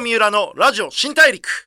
郷三浦のラジオ新大陸。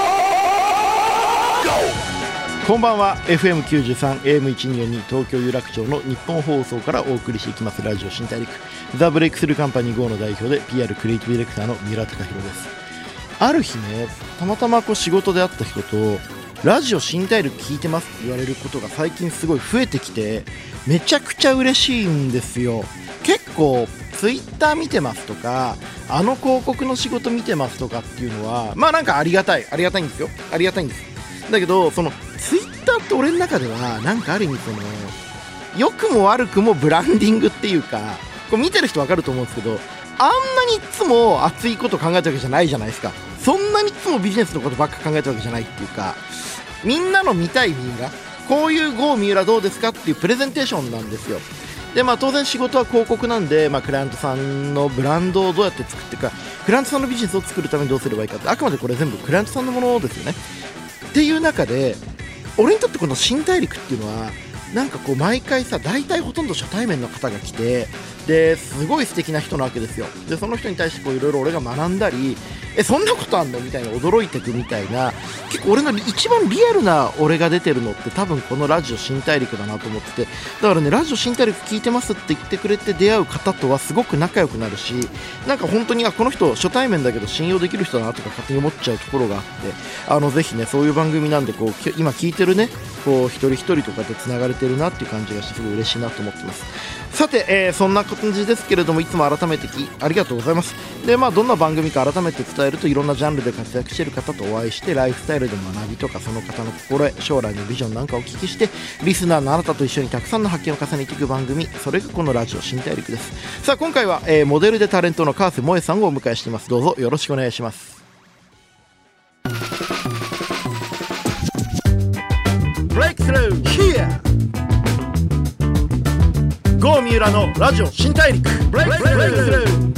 こんばんは。 FM93 AM1242 東京有楽町の日本放送からお送りしていきますラジオ新大陸、ザ・ブレイクスルーカンパニー GO の代表で PR クリエイティブディレクターの三浦貴大です。ある日ね、たまたま仕事で会った人とラジオ新大陸聞いてますって言われることが最近すごい増えてきて、めちゃくちゃ嬉しいんですよ。結構ツイッター見てますとか、あの広告の仕事見てますとかっていうのはまあなんかありがたいんですよ。ありがたいんです。だけどそのツイッターって俺の中ではなんかある意味良くも悪くもブランディングっていうか、こう見てる人わかると思うんですけど、あんなにいつも熱いこと考えたわけじゃないじゃないですか。そんなにいつもビジネスのことばっか考えたわけじゃないっていうか、みんなの見たいみんなこういう郷三浦どうですかっていうプレゼンテーションなんですよ。で当然仕事は広告なんで、クライアントさんのブランドをどうやって作っていくか、クライアントさんのビジネスを作るためにどうすればいいかって、あくまでこれ全部クライアントさんのものですよね。っていう中で俺にとってこの新大陸っていうのはなんか毎回大体ほとんど初対面の方が来て、ですごい素敵な人なわけですよ。でその人に対していろいろ俺が学んだり、そんなことあんのみたいな驚いていくみたいな、結構俺の一番リアルな俺が出てるのって多分このラジオ新大陸だなと思ってて、だからね、ラジオ新大陸聞いてますって言ってくれて出会う方とはすごく仲良くなるし、なんか本当にこの人初対面だけど信用できる人だなとか勝手に思っちゃうところがあって、ぜひねそういう番組なんで今聞いてるね一人一人とかでつながれてるなっていう感じがしてすごい嬉しいなと思ってます。さて、そんな感じですけれども、いつも改めてありがとうございます。でどんな番組か改めて伝えると、いろんなジャンルで活躍している方とお会いして、ライフスタイルで学びとかその方の心得、将来のビジョンなんかをお聞きして、リスナーのあなたと一緒にたくさんの発見を重ねていく番組、それがこのラジオ新大陸です。さあ今回は、モデルでタレントの川瀬萌さんをお迎えしています。どうぞよろしくお願いします。Breakthrough here 郷三浦のラジオ新大陸 Breakthrough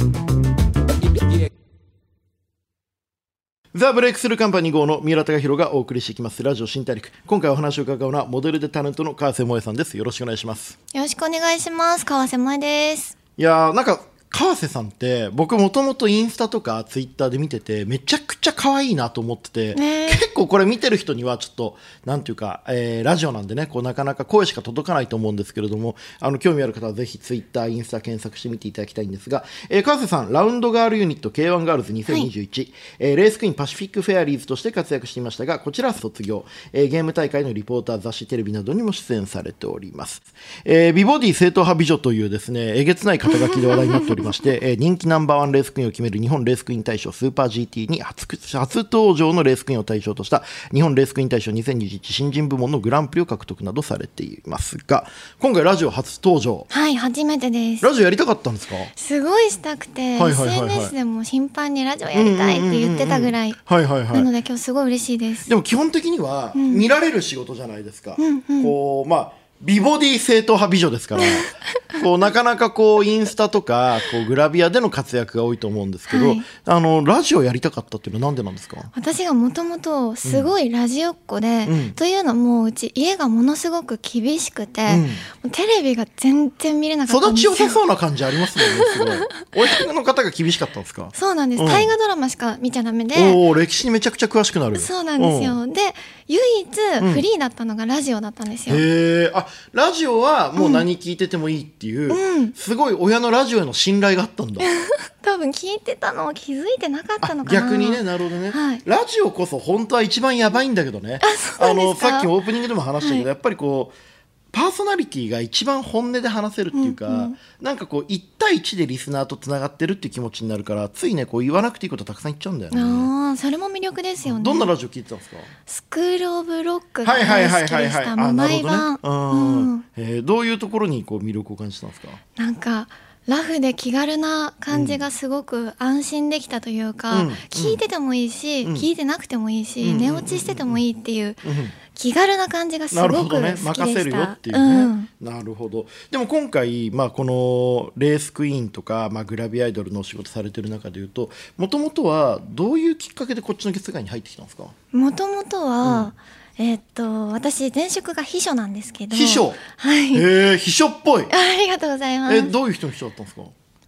ザ・ブレイクスルーカンパニー GO の三浦貴大がお送りしていきますラジオ新大陸。今回お話を伺うのはモデルでタレントの川瀬萌さんです。よろしくお願いします。 よろしくお願いします。川瀬萌です。 いやー、なんか川瀬さんって僕もともとインスタとかツイッターで見ててめちゃくちゃ可愛いなと思ってて、結構これ見てる人にはちょっとなんていうか、ラジオなんでねなかなか声しか届かないと思うんですけれども、興味ある方はぜひツイッターインスタ検索してみていただきたいんですが、川瀬さんラウンドガールユニット K1 ガールズ2021、レースクイーンパシフィックフェアリーズとして活躍していましたが、こちらは卒業、ゲーム大会のリポーター、雑誌、テレビなどにも出演されております。美ボディ正統派美女というですねえげつない肩書きで話題になっておりまして人気ナンバーワンレースクイーンを決める日本レースクイーン大賞スーパー GT に初登場のレースクイーンを対象とした日本レースクイーン大賞2021新人部門のグランプリを獲得などされていますが、今回ラジオ初登場。 はい、初めてです。 ラジオやりたかったんですか？ すごいしたくて、SNS でも頻繁にラジオやりたいって言ってたぐらいなので、今日すごい嬉しいです。 でも基本的には見られる仕事じゃないですか。美ボディ正統派美女ですからなかなかインスタとかグラビアでの活躍が多いと思うんですけど、ラジオやりたかったっていうのはなんでなんですか？ 私がもともとすごいラジオっ子で、というのもうち家がものすごく厳しくて、テレビが全然見れなかったんですよ。 育ち良さそうな感じありますもんね。すごいお役の方が厳しかったんですか？ そうなんです、大河ドラマしか見ちゃダメで、 歴史にめちゃくちゃ詳しくなる。 そうなんですよ。で唯一フリーだったのがラジオだったんですよ。 ラジオはもう何聞いててもいいっていう、すごい親のラジオへの信頼があったんだ。 多分聞いてたのを気づいてなかったのかな。 逆にね、なるほどね、ラジオこそ本当は一番やばいんだけどね。さっきオープニングでも話したけど、やっぱりパーソナリティが一番本音で話せるっていうか、なんか1対1でリスナーとつながってるっていう気持ちになるから、ついね言わなくていいことたくさん言っちゃうんだよね。 それも魅力ですよね。 どんなラジオ聞いてたんですか？ スクールオブロックが大好きでした。毎晩。 どういうところに魅力を感じたんですか？ なんかラフで気軽な感じがすごく安心できたというか、聞いててもいいし、聞いてなくてもいいし、寝落ちしててもいいっていう気軽な感じがすごく好きでした。 任せるよっていうね。なるほど。でも今回、このレースクイーンとか、グラビアアイドルのお仕事されてる中でいうと、もともとはどういうきっかけでこっちの世界に入ってきたんですか？ もともとは、私前職が秘書なんですけど。 秘書？ はい。 秘書っぽい。 ありがとうございます。 どういう人の秘書だったんですか？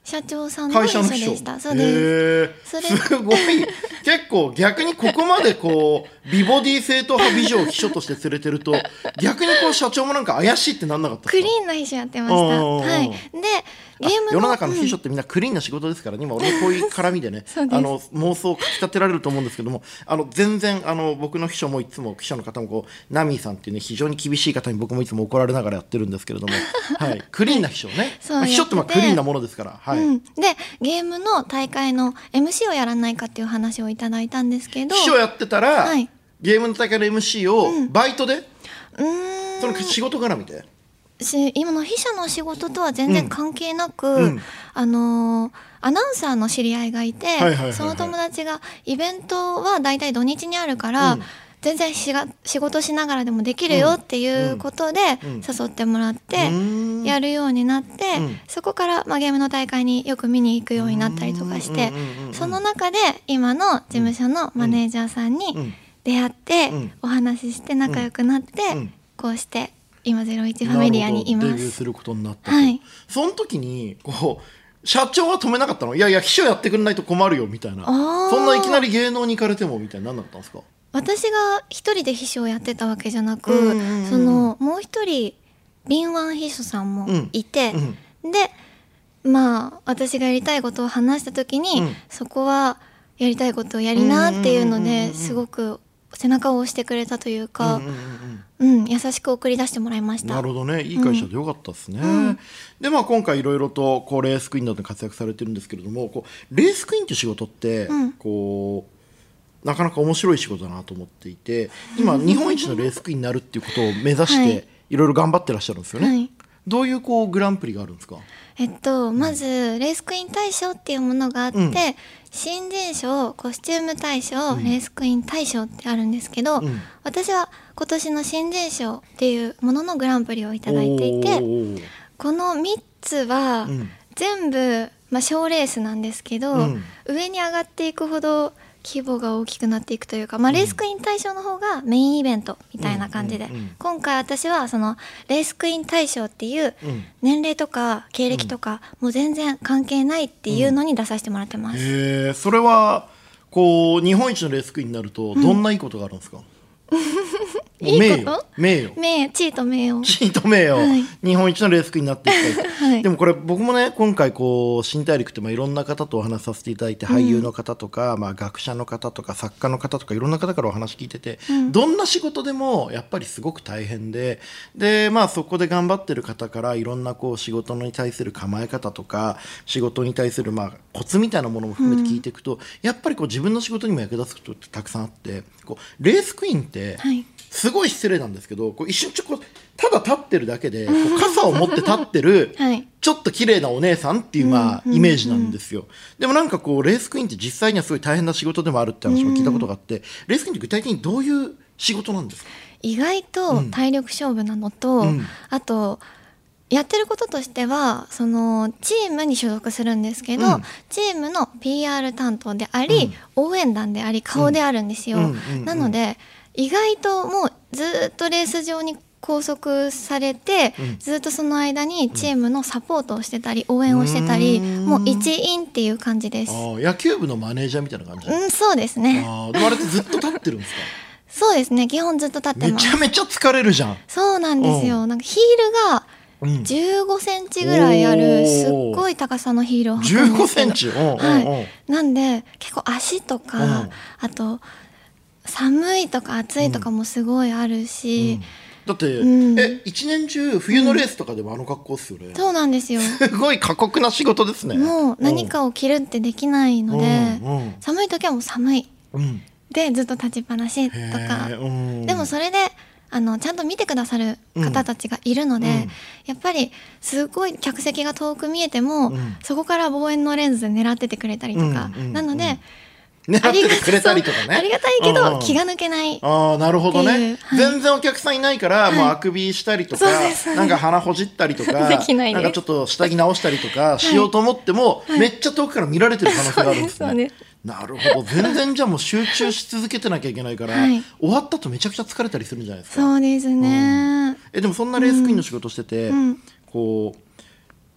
社長さんの秘書でした。そうです。 すごい結構逆にここまでこう美ボディ正統派美女を秘書として連れてると逆にこう社長もなんか怪しいってなんなかったですか？ クリーンな秘書やってました。はい。でゲームの世の中の秘書ってみんなクリーンな仕事ですからね、今俺もこういう絡みでね妄想をかき立てられると思うんですけども、全然僕の秘書もいつも秘書の方もこうナミーさんっていうね非常に厳しい方に僕もいつも怒られながらやってるんですけれども、はい、クリーンな秘書ね秘書ってクリーンなものですから、はい。 でゲームの大会の MC をやらないかっていう話をいただいたんですけど、 秘書やってたら、はい、ゲームの大会の MC をバイトで、その仕事絡みで今の秘書の仕事とは全然関係なく、アナウンサーの知り合いがいて、その友達がイベントはだいたい土日にあるから、全然仕事しながらでもできるよっていうことで誘ってもらってやるようになって、そこから、ゲームの大会によく見に行くようになったりとかして、その中で今の事務所のマネージャーさんに出会ってお話しして仲良くなって、こうして今01ファミリアにいます。 デビューすることになったと、その時にこう社長は止めなかったの？いやいや秘書やってくれないと困るよみたいな、そんないきなり芸能に行かれてもみたいな、何だったんですか？ 私が一人で秘書をやってたわけじゃなく、もう一人敏腕秘書さんもいて、で私がやりたいことを話した時に、そこはやりたいことをやりなっていうのですごく背中を押してくれたというか、優しく送り出してもらいました。 なるほどね、いい会社でよかったですね。で今回いろいろとこうレースクイーンなどで活躍されてるんですけれども、こうレースクイーンっていう仕事って、こうなかなか面白い仕事だなと思っていて、今日本一のレースクイーンになるっていうことを目指していろいろ頑張ってらっしゃるんですよね。どういうグランプリがあるんですか？ まずレースクイーン大賞っていうものがあって、新人賞、コスチューム大賞、レースクイーン大賞ってあるんですけど、私は今年の新人賞っていうもののグランプリをいただいていて、この3つは全部、賞レースなんですけど、上に上がっていくほど規模が大きくなっていくというか、レースクイーン大賞の方がメインイベントみたいな感じで、今回私はそのレースクイーン大賞っていう年齢とか経歴とかもう全然関係ないっていうのに出させてもらってます。 それはこう日本一のレースクイーンになるとどんないいことがあるんですか？ いいこと？ 名誉、 地位と名誉、 日本一のレースクイーンになっていきたい、でもこれ僕もね今回こう新大陸っていろんな方とお話しさせていただいて、俳優の方とか、学者の方とか作家の方とかいろんな方からお話聞いてて、どんな仕事でもやっぱりすごく大変で、そこで頑張ってる方からいろんなこう仕事に対する構え方とか仕事に対するコツみたいなものも含めて聞いていくと、やっぱりこう自分の仕事にも役立つことってたくさんあって、こうレースクイーンってすごい失礼なんですけど、こう一瞬ただ立ってるだけでこう傘を持って立ってる、ちょっと綺麗なお姉さんっていうイメージなんですよ。でもなんかこうレースクイーンって実際にはすごい大変な仕事でもあるって話も聞いたことがあって、レースクイーンって具体的にどういう仕事なんですか？ 意外と体力勝負なのと、あとやってることとしてはそのチームに所属するんですけど、チームの PR 担当であり、応援団であり顔であるんですよ。なので意外ともうずっとレース場に拘束されて、ずっとその間にチームのサポートをしてたり応援をしてたり、もう一員っていう感じです。 野球部のマネージャーみたいな感じ？ そうですね。 でもあれってずっと立ってるんですか？ そうですね、基本ずっと立ってます。 めちゃめちゃ疲れるじゃん。 そうなんですよ。なんかヒールが15センチぐらいあるすっごい高さのヒールを履くんですけど、 15センチ、 なんで結構足とか、あと寒いとか暑いとかもすごいあるし、 だって一年中冬のレースとかでもあの格好っすよね。 そうなんですよ。 すごい過酷な仕事ですね。 もう何かを着るってできないので、寒い時はもう寒い、でずっと立ちっぱなしとか、でもそれでちゃんと見てくださる方たちがいるので、やっぱりすごい客席が遠く見えても、そこから望遠のレンズで狙っててくれたりとか、なので狙っててくれたりとかね、 ありがたいけど気が抜けない。 なるほどね。全然お客さんいないからもうあくびしたりとか、なんか鼻ほじったりとか、なんかちょっと下着直したりとかしようと思っても、めっちゃ遠くから見られてる可能性があるんですね。なるほど。全然じゃあもう集中し続けてなきゃいけないから、終わった後めちゃくちゃ疲れたりするんじゃないですか？ そうですね。 でもそんなレースクイーンの仕事してて、こう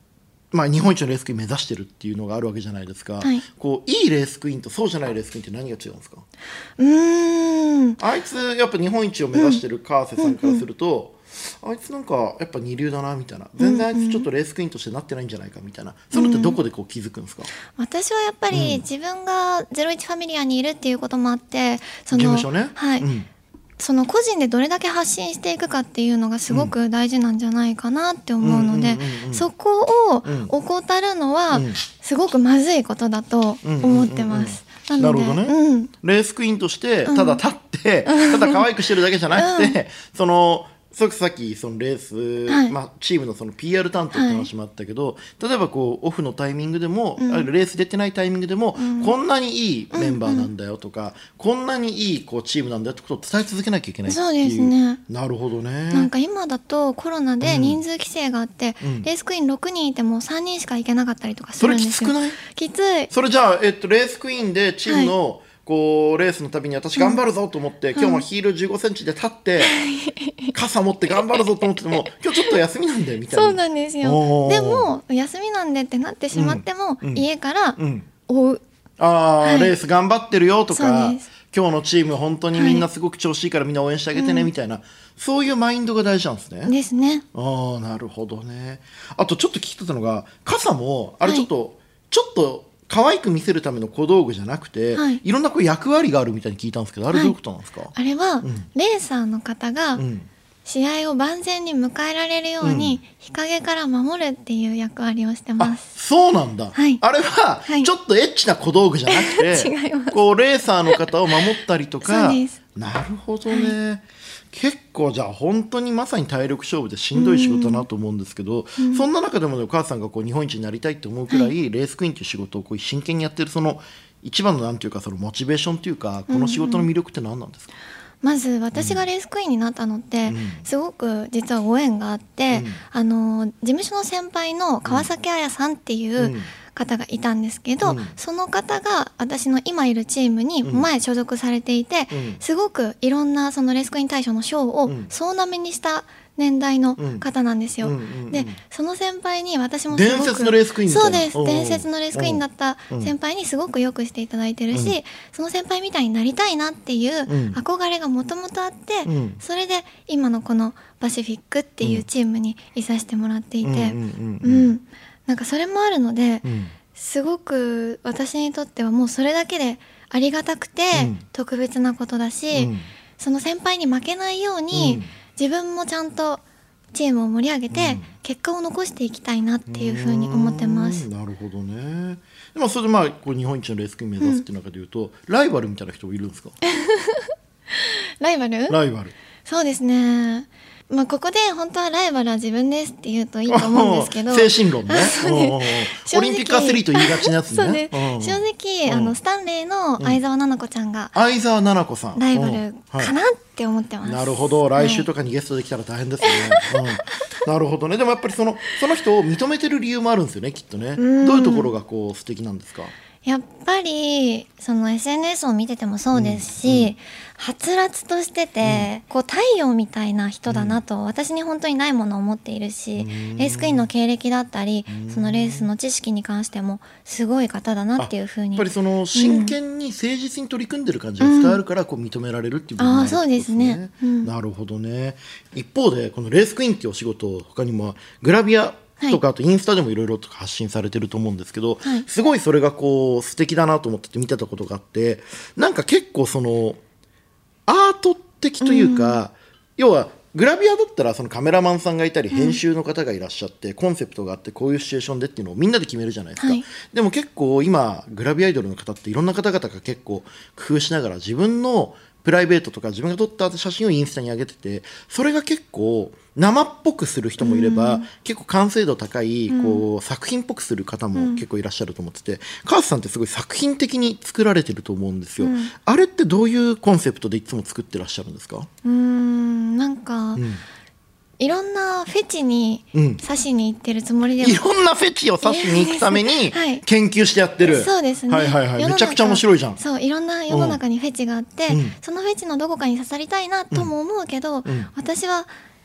日本一のレースクイーン目指してるっていうのがあるわけじゃないですか、 はい、 こういいレースクイーンとそうじゃないレースクイーンって何が違うんですか？あいつやっぱ日本一を目指してる川瀬さんからすると、あいつなんかやっぱ二流だなみたいな、全然あいつちょっとレースクイーンとしてなってないんじゃないかみたいな、そういうのってどこでこう気づくんですか？ 私はやっぱり自分が01ファミリアにいるっていうこともあって、 事務所ね、 はい、その個人でどれだけ発信していくかっていうのがすごく大事なんじゃないかなって思うので、そこを怠るのはすごくまずいことだと思ってます。 なるほどね、レースクイーンとしてただ立って、ただ可愛くしてるだけじゃなくて、そのさっきそのレース、チームのその PR 担当って話もあったけど、例えばこうオフのタイミングでも、レース出てないタイミングでも、こんなにいいメンバーなんだよとか、こんなにいいこうチームなんだよってことを伝え続けなきゃいけないっていう。 そうですね。 なるほどね。 なんか今だとコロナで人数規制があって、レースクイーン6人いても3人しか行けなかったりとかするんですよ。 それきつくない？ きつい。 それじゃあ、レースクイーンでチームの、こうレースのたびに私頑張るぞと思って、今日もヒール15センチで立って、傘持って頑張るぞと思ってても今日ちょっと休みなんでみたいな。 そうなんですよ。でも休みなんでってなってしまっても、家から追う、 レース頑張ってるよとか、今日のチーム本当にみんなすごく調子いいからみんな応援してあげてねみたいな、そういうマインドが大事なんですね。 ですね。 なるほどね。あとちょっと聞きたかったのが、傘もあれちょっと可愛く見せるための小道具じゃなくて、いろんなこう役割があるみたいに聞いたんですけど、あれどういうことなんですか？あれは、レーサーの方が試合を万全に迎えられるように、日陰から守るっていう役割をしてます。 そうなんだ、あれはちょっとエッチな小道具じゃなくて、 違います。 こうレーサーの方を守ったりとか。 そうです。 なるほどね、結構じゃあ本当にまさに体力勝負でしんどい仕事だなと思うんですけど、そんな中でもお母さんがこう日本一になりたいって思うくらい、レースクイーンという仕事をこう真剣にやってるその一番のなんていうか、そのモチベーションというか、この仕事の魅力って何なんですか？ まず私がレースクイーンになったのって、すごく実はご縁があって、事務所の先輩の川崎彩さんっていう方がいたんですけど、その方が私の今いるチームに前所属されていて、すごくいろんなそのレースクイーン大賞の賞を総なめにした年代の方なんですよ。でその先輩に私もすごく伝説のレースクイーンみたいな。 そうです、伝説のレースクイーンだった先輩にすごくよくしていただいてるし、その先輩みたいになりたいなっていう憧れがもともとあって、それで今のこのパシフィックっていうチームにいさせてもらっていて、なんかそれもあるので、すごく私にとってはもうそれだけでありがたくて特別なことだし、その先輩に負けないように、自分もちゃんとチームを盛り上げて結果を残していきたいなっていうふうに思ってます。 なるほどね。でもそれでこう日本一のレースクイーン目指すっていう中でいうと、ライバルみたいな人いるんですか？ ライバル？そうですね。ここで本当はライバルは自分ですって言うといいと思うんですけど、 精神論ね。オリンピックアスリート言いがちなやつね。 正直スタンレーの相澤菜々子ちゃんが相澤菜々子さんライバルかなって思ってます。 なるほど。来週とかにゲストできたら大変ですね。なるほどね。でもやっぱりその人を認めてる理由もあるんですよね、きっとね。どういうところがこう素敵なんですか？ やっぱりその SNS を見ててもそうですし、はつらつとしてて、こう太陽みたいな人だなと、私に本当にないものを持っているし、レースクイーンの経歴だったり、そのレースの知識に関してもすごい方だなっていうふうに、 やっぱりその真剣に誠実に取り組んでる感じが伝わるから、こう認められるっていう部分があるんですね。なるほどね。一方でこのレースクイーンっていうお仕事、他にもグラビアとか、あとインスタでもいろいろと発信されてると思うんですけど、すごいそれがこう素敵だなと思ってて見てたことがあって、なんか結構そのアート的というか、要はグラビアだったらそのカメラマンさんがいたり編集の方がいらっしゃって、コンセプトがあってこういうシチュエーションでっていうのをみんなで決めるじゃないですか。でも結構今グラビアアイドルの方っていろんな方々が結構工夫しながら自分のプライベートとか自分が撮った写真をインスタに上げてて、それが結構生っぽくする人もいれば、結構完成度高いこう作品っぽくする方も結構いらっしゃると思ってて、川瀬さんってすごい作品的に作られてると思うんですよ。あれってどういうコンセプトでいつも作ってらっしゃるんですか？ なんか、いろんなフェチに刺しに行ってるつもりでも、 いろんなフェチを刺しに行くために研究してやってる。 そうですね。 めちゃくちゃ面白いじゃん。 そう、いろんな世の中にフェチがあって、そのフェチのどこかに刺さりたいなとも思うけど、私は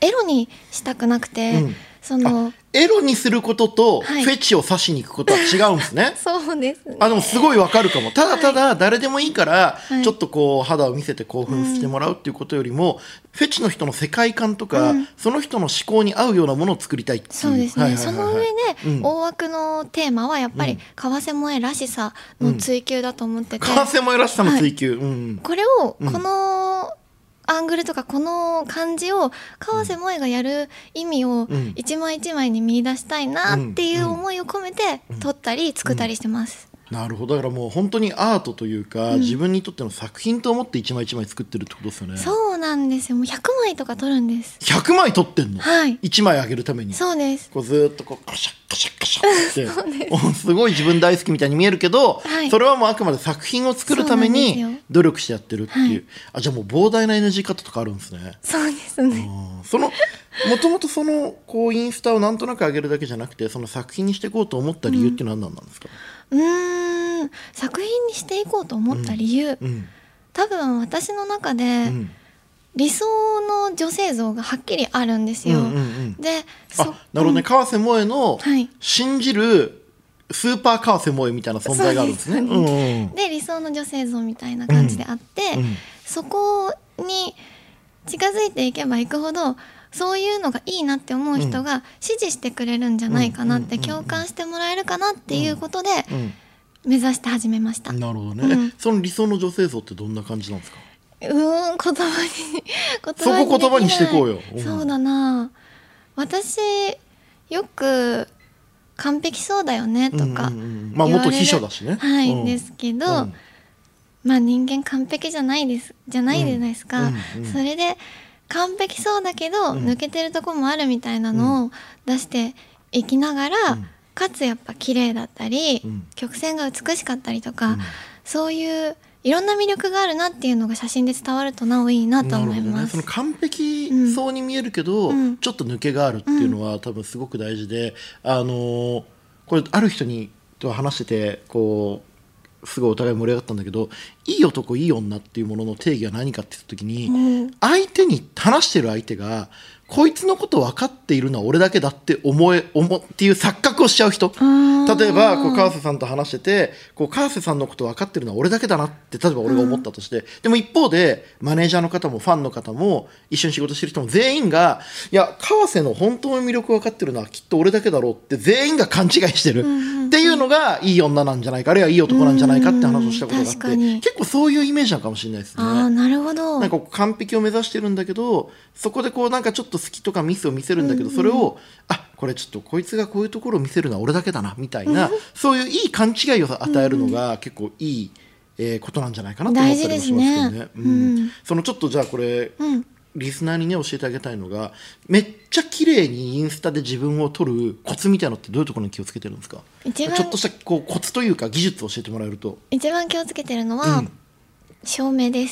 エロにしたくなくて、そのエロにすることとフはいェチを刺しに行くことは違うんですね。 そうですね。 でもすごいわかるかも。ただただ誰でもいいからはいちょっとこう肌を見せて興奮してもらうっていうことよりも、フェチの人の世界観とか、その人の思考に合うようなものを作りたいっていう。 そうですね、その上で、 うん大枠のテーマはやっぱり川瀬萌らしさの追求だと思ってて、 川瀬萌らしさの追求、 これをこのアングルとかこの感じを川瀬萌がやる意味を一枚一枚に見出したいなっていう思いを込めて撮ったり作ったりしてます。 なるほど。だからもう本当にアートというか、自分にとっての作品と思って一枚一枚作ってるってことですよね。 そうなんですよ。もう100枚とか撮るんです。 100枚撮ってんの、 はい 1枚あげるために。 そうです。 こうずーっとこうカシャッカシャッカシャッってすごい自分大好きみたいに見えるけど、 はいそれはもうあくまで作品を作るためそうなんにですよ努力してやってるっていう、 はいじゃあもう膨大な NG カットとかあるんですね。 そうですね。 もともとそのこうインスタをなんとなく上げるだけじゃなくて、その作品にしていこうと思った理由って何なんですか？ 作品にしていこうと思った理由、多分私の中で理想の女性像がはっきりあるんですよ。で、 なるほどね。川瀬萌のはい信じるスーパー川瀬萌みたいな存在があるんですね。 で理想の女性像みたいな感じであって、そこに近づいていけばいくほどそういうのがいいなって思う人が支持してくれるんじゃないかなって、共感してもらえるかなっていうことで目指して始めました。 なるほどね。その理想の女性像ってどんな感じなんですか？ 言葉にそこ言葉にしていこうよ。 そうだな、私よく完璧そうだよねとか元秘書だしね。 はいですけど、まあ人間完璧じゃないじゃないですか。それで完璧そうだけど抜けてるとこもあるみたいなのを出していきながら、かつやっぱ綺麗だったり、曲線が美しかったりとか、そういういろんな魅力があるなっていうのが写真で伝わるとなおいいなと思います。 その完璧そうに見えるけど、ちょっと抜けがあるっていうのは多分すごく大事で、これある人と話しててこうすごいお互い盛り上がったんだけど、いい男いい女っていうものの定義は何かって言った時に、話してる相手がこいつのこと分かっているのは俺だけだってっていう錯覚をしちゃう人。例えばこう川瀬さんと話してて、こう川瀬さんのこと分かってるのは俺だけだなって例えば俺が思ったとして、でも一方でマネージャーの方もファンの方も一緒に仕事してる人も全員が、いや川瀬の本当の魅力分かってるのはきっと俺だけだろうって全員が勘違いしてるっていうのがいい女なんじゃないか、あるいはいい男なんじゃないかって話をしたことがあって、結構そういうイメージなのかもしれないですね。 なるほど。 なんか完璧を目指してるんだけど、そこでこうなんかちょっと隙とかミスを見せるんだけど、それをこれちょっとこいつがこういうところを見せるのは俺だけだなみたいなそういういい勘違いを与えるのが結構いいことなんじゃないかなと思ったりもしますけどね。そのちょっとじゃあこれ、リスナーにね教えてあげたいのが、めっちゃ綺麗にインスタで自分を撮るコツみたいなのってどういうところに気をつけてるんですか？ちょっとしたこうコツというか技術を教えてもらえると。 一番気をつけてるのは、照明です。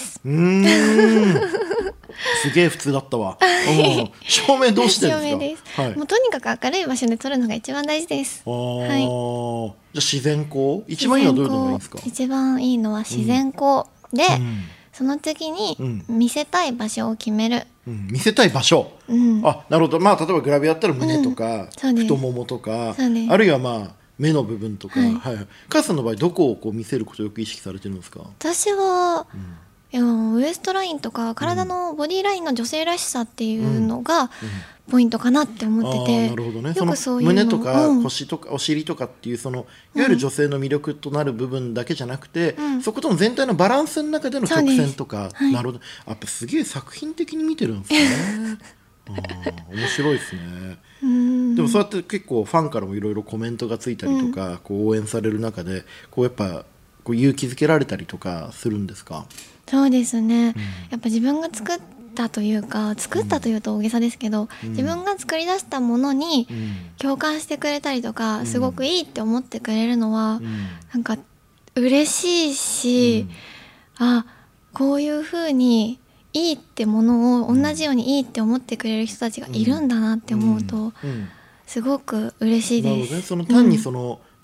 すげえ普通だったわ。照明どうしてるんですか？ もうとにかく明るい場所で撮るのが一番大事です。 じゃあ自然光一番いいのはどういうのがいいですか？ 一番いいのは自然光で、その次に見せたい場所を決める。 見せたい場所、なるほど。例えばグラビアだったら胸とか、太ももとか、あるいは目の部分とか、母さんの場合どこをこう見せることをよく意識されてるんですか？ 私は、ウエストラインとか体のボディラインの女性らしさっていうのがポイントかなって思ってて、 なるほどね。その胸とか腰とかお尻とかっていうそのいわゆる女性の魅力となる部分だけじゃなくて、そことの全体のバランスの中での曲線とか、なるほど。やっぱすげえ作品的に見てるんですね。面白いですね。でもそうやって結構ファンからもいろいろコメントがついたりとか、こう応援される中でこうやっぱこう勇気づけられたりとかするんですか？ そうですね、やっぱ自分が作ったというと大げさですけど、自分が作り出したものに共感してくれたりとか、すごくいいって思ってくれるのは、なんか嬉しいし、こういう風にいいってものを同じようにいいって思ってくれる人たちがいるんだなって思うと、すごく嬉しいです。 なるほどね。単にその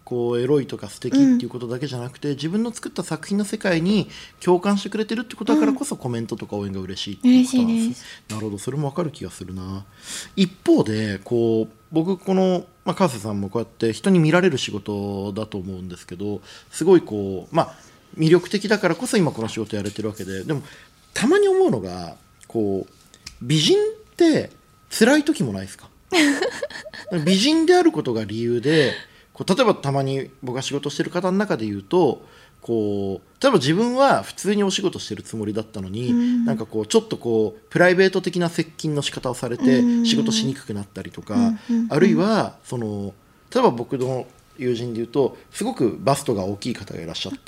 こうエロいとか素敵っていうことだけじゃなくて、自分の作った作品の世界に共感してくれてるってことだからこそ、コメントとか応援が嬉しいっていうことなんです。 嬉しいです。 なるほど、それも分かる気がするな。一方でこう僕この、川瀬さんもこうやって人に見られる仕事だと思うんですけど、すごいこう、魅力的だからこそ今この仕事やれてるわけで、でもたまに思うのがこう美人って辛い時もないですか？美人であることが理由でこう例えばたまに僕が仕事してる方の中で言うと、こう例えば自分は普通にお仕事してるつもりだったのに、なんかこうちょっとこうプライベート的な接近の仕方をされて仕事しにくくなったりとか、あるいはその例えば僕の友人で言うとすごくバストが大きい方がいらっしゃって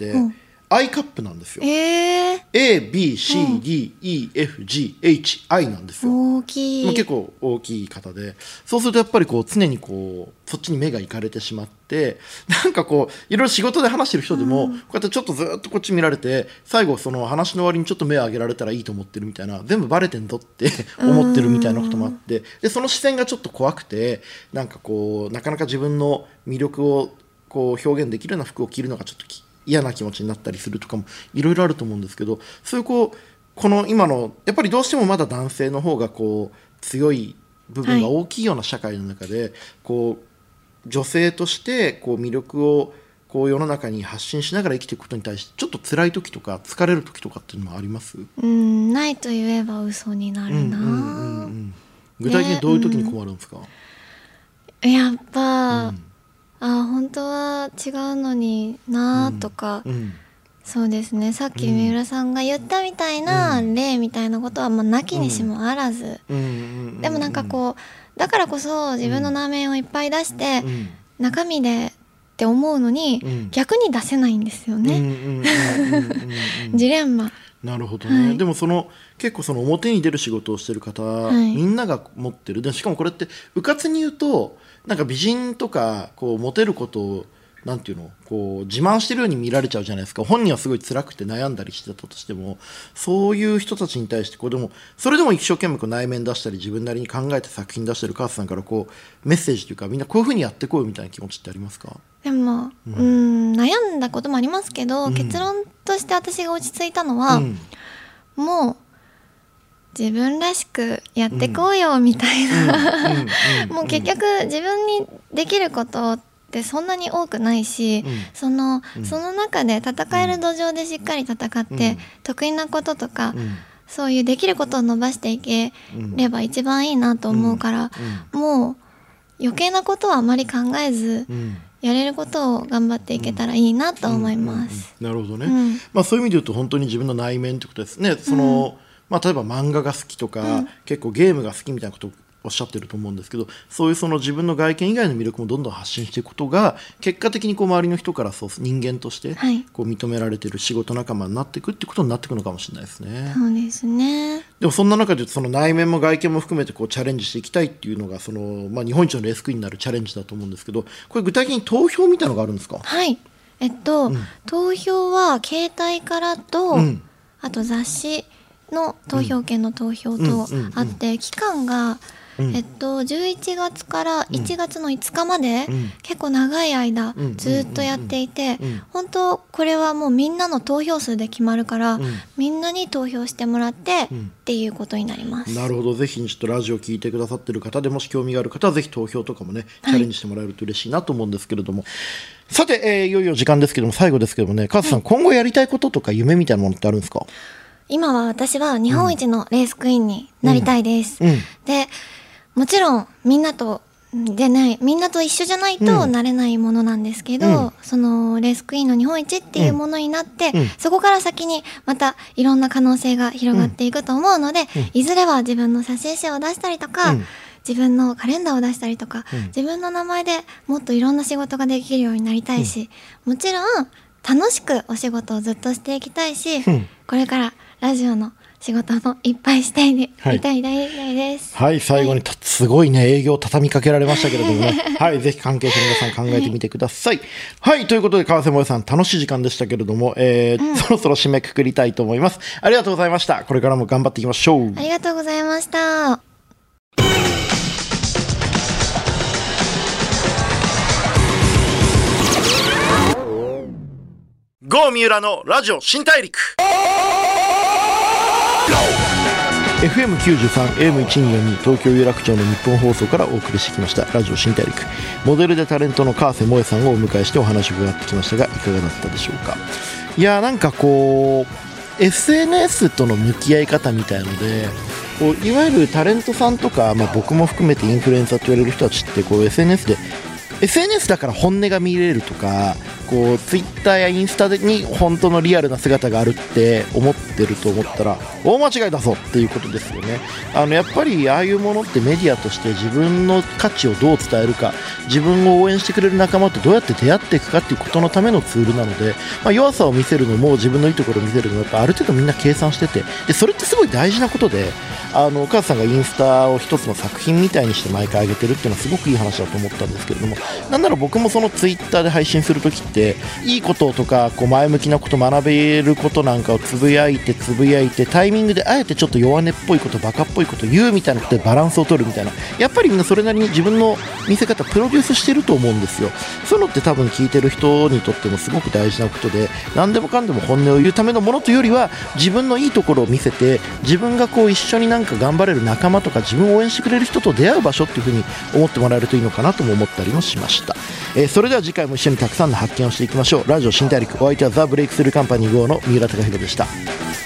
、I カップなんですよ。ABCDEFGHI なんですよ。 大きい。 結構大きい方で、そうするとやっぱりこう常にこうそっちに目が行かれてしまって、なんかこういろいろ仕事で話してる人でも、こうやってちょっとずっとこっち見られて、最後その話の終わりにちょっと目を上げられたらいいと思ってるみたいな、全部バレてんぞって思ってるみたいなこともあって、でその視線がちょっと怖くて、なんかこうなかなか自分の魅力をこう表現できるような服を着るのがちょっと嫌な気持ちになったりするとかもいろいろあると思うんですけど、そういうこの今のやっぱりどうしてもまだ男性の方がこう強い部分が大きいような社会の中で、こう女性としてこう魅力をこう世の中に発信しながら生きていくことに対してちょっと辛い時とか疲れる時とかっていうのもあります？ ないと言えば嘘になるな。 具体的にどういう時に困るんですか？ やっぱ、本当は違うのになとか、そうですね、さっき三浦さんが言ったみたいな例みたいなことはなきにしもあらず、でもなんかこうだからこそ自分の内面をいっぱい出して、中身でって思うのに、逆に出せないんですよね。ジレンマ。 なるほどね。でも結構その表に出る仕事をしてる方、みんなが持ってる。でしかもこれってうかつに言うとなんか美人とかこうモテることをなんていうのこう自慢してるように見られちゃうじゃないですか。本人はすごい辛くて悩んだりしてたとしても、そういう人たちに対してこうでもそれでも一生懸命こう内面出したり自分なりに考えて作品出してる川瀬さんからこうメッセージというか、みんなこういう風にやってこうよみたいな気持ちってありますか？ でも、悩んだこともありますけど、結論として私が落ち着いたのは、もう自分らしくやってこうよみたいな、もう結局自分にできることってそんなに多くないし、その中で戦える土壌でしっかり戦って、得意なこととか、そういうできることを伸ばしていければ一番いいなと思うから、もう余計なことはあまり考えず、やれることを頑張っていけたらいいなと思います。 なるほどね。そういう意味で言うと本当に自分の内面ってことですね。例えば漫画が好きとか、結構ゲームが好きみたいなことをおっしゃってると思うんですけど、そういうその自分の外見以外の魅力もどんどん発信していくことが結果的にこう周りの人からそう人間としてこう認められている仕事仲間になっていくってことになっていくのかもしれないですね。 そうですね。 でもそんな中でその内面も外見も含めてこうチャレンジしていきたいっていうのが日本一のレースクイーンになるチャレンジだと思うんですけど、これ具体的に投票みたいなのがあるんですか？ はい、投票は携帯からと、あと雑誌の投票権の投票とあって、期間が11月から1月の5日まで、結構長い間ずっとやっていて、本当これはもうみんなの投票数で決まるから、みんなに投票してもらってっていうことになります。 なるほど。ぜひちょっとラジオを聞いてくださってる方でもし興味がある方はぜひ投票とかもねチャレンジしてもらえると嬉しいなと思うんですけれども、さて、いよいよ時間ですけども最後ですけどもね、川瀬さん、今後やりたいこととか夢みたいなものってあるんですか？ 今は私は日本一のレースクイーンになりたいです。でもちろんみんなと一緒じゃないとなれないものなんですけど、そのレースクイーンの日本一っていうものになって、そこから先にまたいろんな可能性が広がっていくと思うので、いずれは自分の写真集を出したりとか、自分のカレンダーを出したりとか、自分の名前でもっといろんな仕事ができるようになりたいし、もちろん楽しくお仕事をずっとしていきたいし、これからラジオの仕事もいっぱいしたいで、大です。 はい、最後にすごいね営業畳みかけられましたけれどもねはい、ぜひ関係者の皆さん考えてみてください。はい、ということで川瀬萌さん楽しい時間でしたけれども、そろそろ締めくくりたいと思います。ありがとうございました。これからも頑張っていきましょう。 ありがとうございました。 郷三浦のラジオ新大陸。 FM93 AM1242 東京有楽町の日本放送からお送りしてきましたラジオ新大陸。モデルでタレントの川瀬萌さんをお迎えしてお話を伺ってきましたが、いかがだったでしょうか。いやなんかこう SNS との向き合い方みたいので、こういわゆるタレントさんとか、僕も含めてインフルエンサーと言われる人たちってこう SNS だから本音が見れるとか、こうツイッターやインスタに本当のリアルな姿があるって思ってると思ったら大間違いだぞっていうことですよね。やっぱりああいうものってメディアとして自分の価値をどう伝えるか、自分を応援してくれる仲間とどうやって出会っていくかっていうことのためのツールなので、弱さを見せるのも自分のいいところを見せるのもやっぱある程度みんな計算してて、でそれってすごい大事なことで、お母さんがインスタを一つの作品みたいにして毎回上げてるっていうのはすごくいい話だと思ったんですけれども、なんなら僕もそのツイッターで配信するときっていいこととかこう前向きなこと、学べることなんかをつぶやいてタイミングであえてちょっと弱音っぽいことバカっぽいこと言うみたいなことでバランスを取るみたいな、やっぱりみんなそれなりに自分の見せ方プロデュースしてると思うんですよ。そういうのって多分聞いてる人にとってもすごく大事なことで、何でもかんでも本音を言うためのものというよりは自分のいいところを見せて、自分がこう一緒になんか頑張れる仲間とか自分を応援してくれる人と出会う場所っていう風に思ってもらえるといいのかなとも思ったりもしました。それでは次回も一緒にたくさんの発見をしていきましょう。ラジオ新大陸、お相手はザ・ブレイクスルーカンパニー GO の三浦貴大でした。